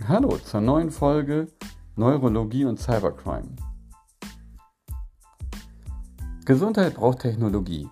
Hallo zur neuen Folge Neurologie und Cybercrime. Gesundheit braucht Technologie.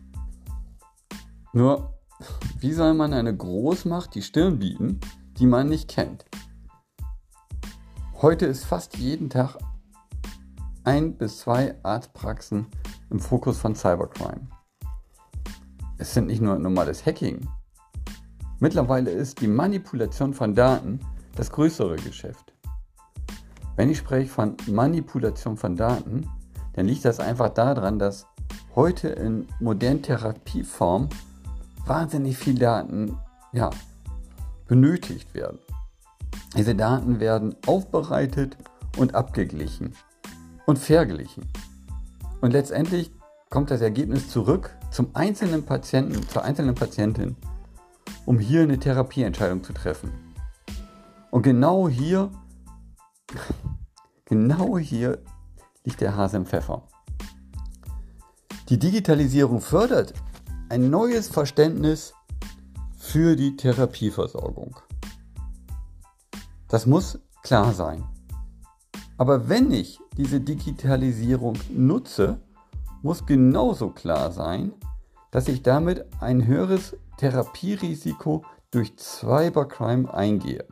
Nur, wie soll man eine Großmacht die Stirn bieten, die man nicht kennt? Heute ist fast jeden Tag 1 bis 2 Arztpraxen im Fokus von Cybercrime. Es sind nicht nur normales Hacking. Mittlerweile ist die Manipulation von Daten das größere Geschäft. Wenn ich spreche von Manipulation von Daten, dann liegt das einfach daran, dass heute in modernen Therapieformen wahnsinnig viele Daten benötigt werden. Diese Daten werden aufbereitet und abgeglichen und verglichen. Und letztendlich kommt das Ergebnis zurück zum einzelnen Patienten, zur einzelnen Patientin, um hier eine Therapieentscheidung zu treffen. Und genau hier liegt der Hase im Pfeffer. Die Digitalisierung fördert ein neues Verständnis für die Therapieversorgung. Das muss klar sein. Aber wenn ich diese Digitalisierung nutze, muss genauso klar sein, dass ich damit ein höheres Therapierisiko durch Cybercrime eingehe.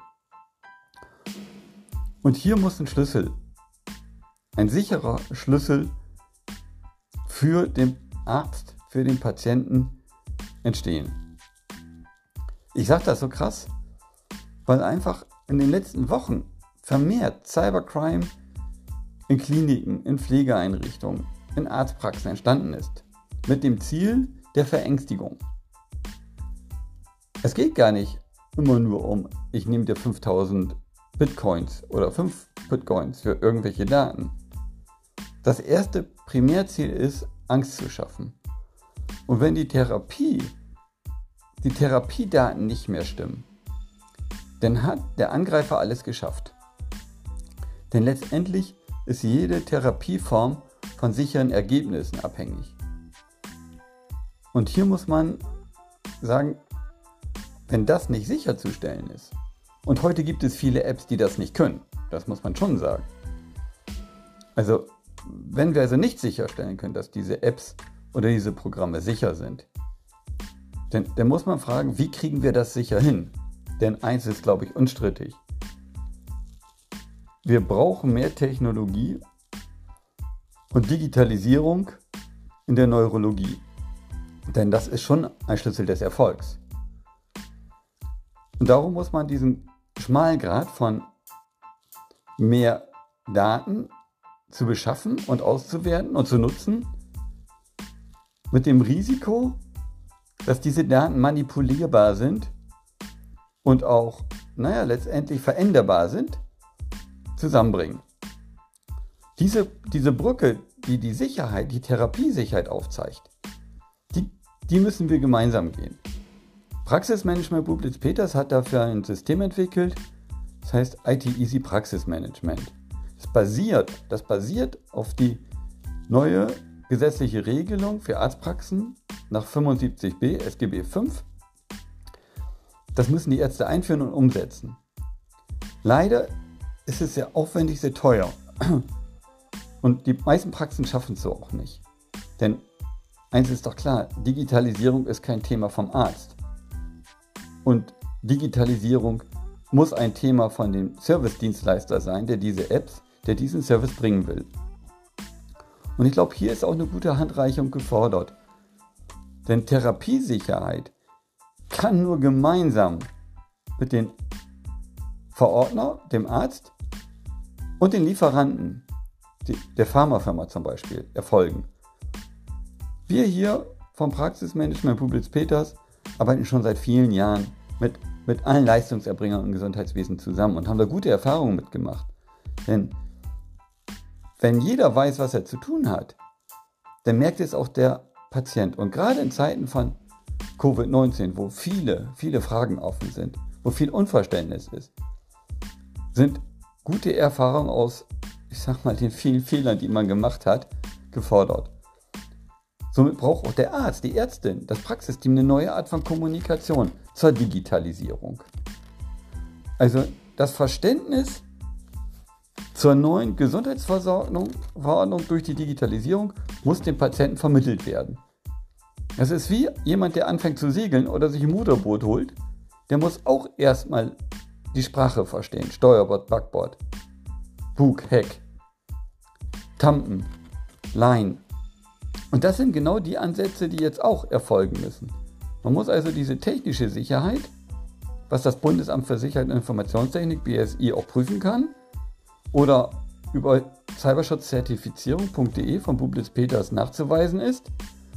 Und hier muss ein sicherer Schlüssel für den Arzt, für den Patienten entstehen. Ich sage das so krass, weil einfach in den letzten Wochen vermehrt Cybercrime in Kliniken, in Pflegeeinrichtungen, in Arztpraxen entstanden ist. Mit dem Ziel der Verängstigung. Es geht gar nicht immer nur um, ich nehme dir 5000 Bitcoins oder 5 Bitcoins für irgendwelche Daten. Das erste Primärziel ist, Angst zu schaffen. Und wenn die Therapiedaten nicht mehr stimmen, dann hat der Angreifer alles geschafft. Denn letztendlich ist jede Therapieform von sicheren Ergebnissen abhängig. Und hier muss man sagen, wenn das nicht sicherzustellen ist, und heute gibt es viele Apps, die das nicht können, das muss man schon sagen. Also, wenn wir also nicht sicherstellen können, dass diese Apps oder diese Programme sicher sind, dann muss man fragen, wie kriegen wir das sicher hin? Denn eins ist, glaube ich, unstrittig. Wir brauchen mehr Technologie und Digitalisierung in der Neurologie. Denn das ist schon ein Schlüssel des Erfolgs. Und darum muss man diesen schmalen Grat von mehr Daten zu beschaffen und auszuwerten und zu nutzen, mit dem Risiko, dass diese Daten manipulierbar sind und auch, letztendlich veränderbar sind, zusammenbringen. Diese Brücke, die Sicherheit, die Therapiesicherheit aufzeigt, die müssen wir gemeinsam gehen. Praxismanagement Bublitz-Peters hat dafür ein System entwickelt, das heißt IT Easy Praxismanagement. Das basiert auf die neue gesetzliche Regelung für Arztpraxen nach 75b SGB V. Das müssen die Ärzte einführen und umsetzen. Leider ist es sehr aufwendig, sehr teuer. Und die meisten Praxen schaffen es so auch nicht. Denn eins ist doch klar, Digitalisierung ist kein Thema vom Arzt. Und Digitalisierung muss ein Thema von dem Service-Dienstleister sein, der diesen Service bringen will. Und ich glaube, hier ist auch eine gute Handreichung gefordert. Denn Therapiesicherheit kann nur gemeinsam mit dem Verordner, dem Arzt und den Lieferanten, der Pharmafirma zum Beispiel, erfolgen. Wir hier vom Praxismanagement Bublitz-Peters arbeiten schon seit vielen Jahren mit allen Leistungserbringern im Gesundheitswesen zusammen und haben da gute Erfahrungen mitgemacht. Denn wenn jeder weiß, was er zu tun hat, dann merkt es auch der Patient. Und gerade in Zeiten von Covid-19, wo viele Fragen offen sind, wo viel Unverständnis ist, sind gute Erfahrungen aus, den vielen Fehlern, die man gemacht hat, gefordert. Somit braucht auch der Arzt, die Ärztin, das Praxisteam eine neue Art von Kommunikation zur Digitalisierung. Also das Verständnis zur neuen Gesundheitsverordnung durch die Digitalisierung muss dem Patienten vermittelt werden. Das ist wie jemand, der anfängt zu segeln oder sich ein Motorboot holt. Der muss auch erstmal die Sprache verstehen. Steuerbord, Backbord, Bug, Heck, Tampen, Line. Und das sind genau die Ansätze, die jetzt auch erfolgen müssen. Man muss also diese technische Sicherheit, was das Bundesamt für Sicherheit und Informationstechnik, BSI, auch prüfen kann, oder über cyberschutzzertifizierung.de von Bublitz Peters nachzuweisen ist,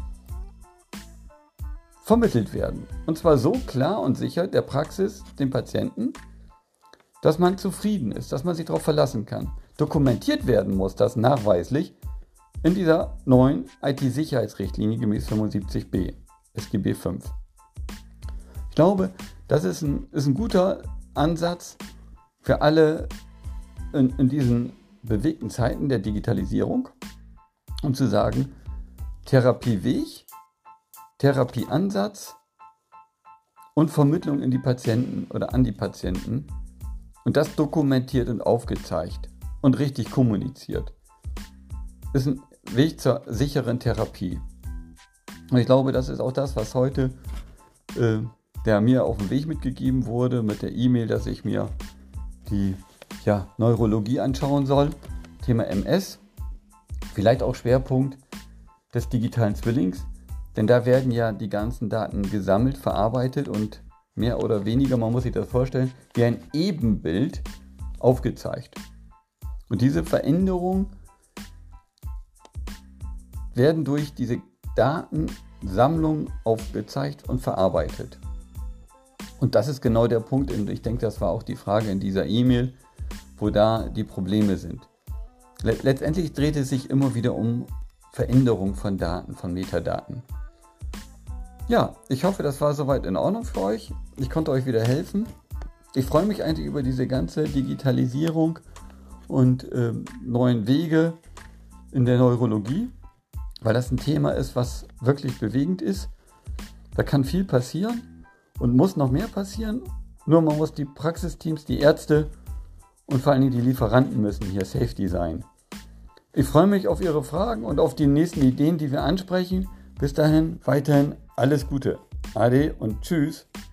vermittelt werden. Und zwar so klar und sicher der Praxis, dem Patienten, dass man zufrieden ist, dass man sich darauf verlassen kann. Dokumentiert werden muss das nachweislich in dieser neuen IT-Sicherheitsrichtlinie gemäß 75b SGB V. Ich glaube, das ist ein guter Ansatz für alle in diesen bewegten Zeiten der Digitalisierung, um zu sagen, Therapieweg, Therapieansatz und Vermittlung in die Patienten oder an die Patienten und das dokumentiert und aufgezeigt und richtig kommuniziert, ist ein Weg zur sicheren Therapie. Und ich glaube, das ist auch das, was heute der mir auf den Weg mitgegeben wurde mit der E-Mail, dass ich mir die Neurologie anschauen soll, Thema MS, vielleicht auch Schwerpunkt des digitalen Zwillings, denn da werden ja die ganzen Daten gesammelt, verarbeitet und mehr oder weniger, man muss sich das vorstellen, wie ein Ebenbild aufgezeigt. Und diese Veränderungen werden durch diese Datensammlung aufgezeigt und verarbeitet. Und das ist genau der Punkt, und ich denke, das war auch die Frage in dieser E-Mail, wo da die Probleme sind. Letztendlich dreht es sich immer wieder um Veränderung von Daten, von Metadaten. Ja, ich hoffe, das war soweit in Ordnung für euch. Ich konnte euch wieder helfen. Ich freue mich eigentlich über diese ganze Digitalisierung und neuen Wege in der Neurologie, weil das ein Thema ist, was wirklich bewegend ist. Da kann viel passieren und muss noch mehr passieren. Nur man muss die Praxisteams, die Ärzte und vor allen Dingen die Lieferanten müssen hier Safety sein. Ich freue mich auf Ihre Fragen und auf die nächsten Ideen, die wir ansprechen. Bis dahin, weiterhin alles Gute. Ade und tschüss.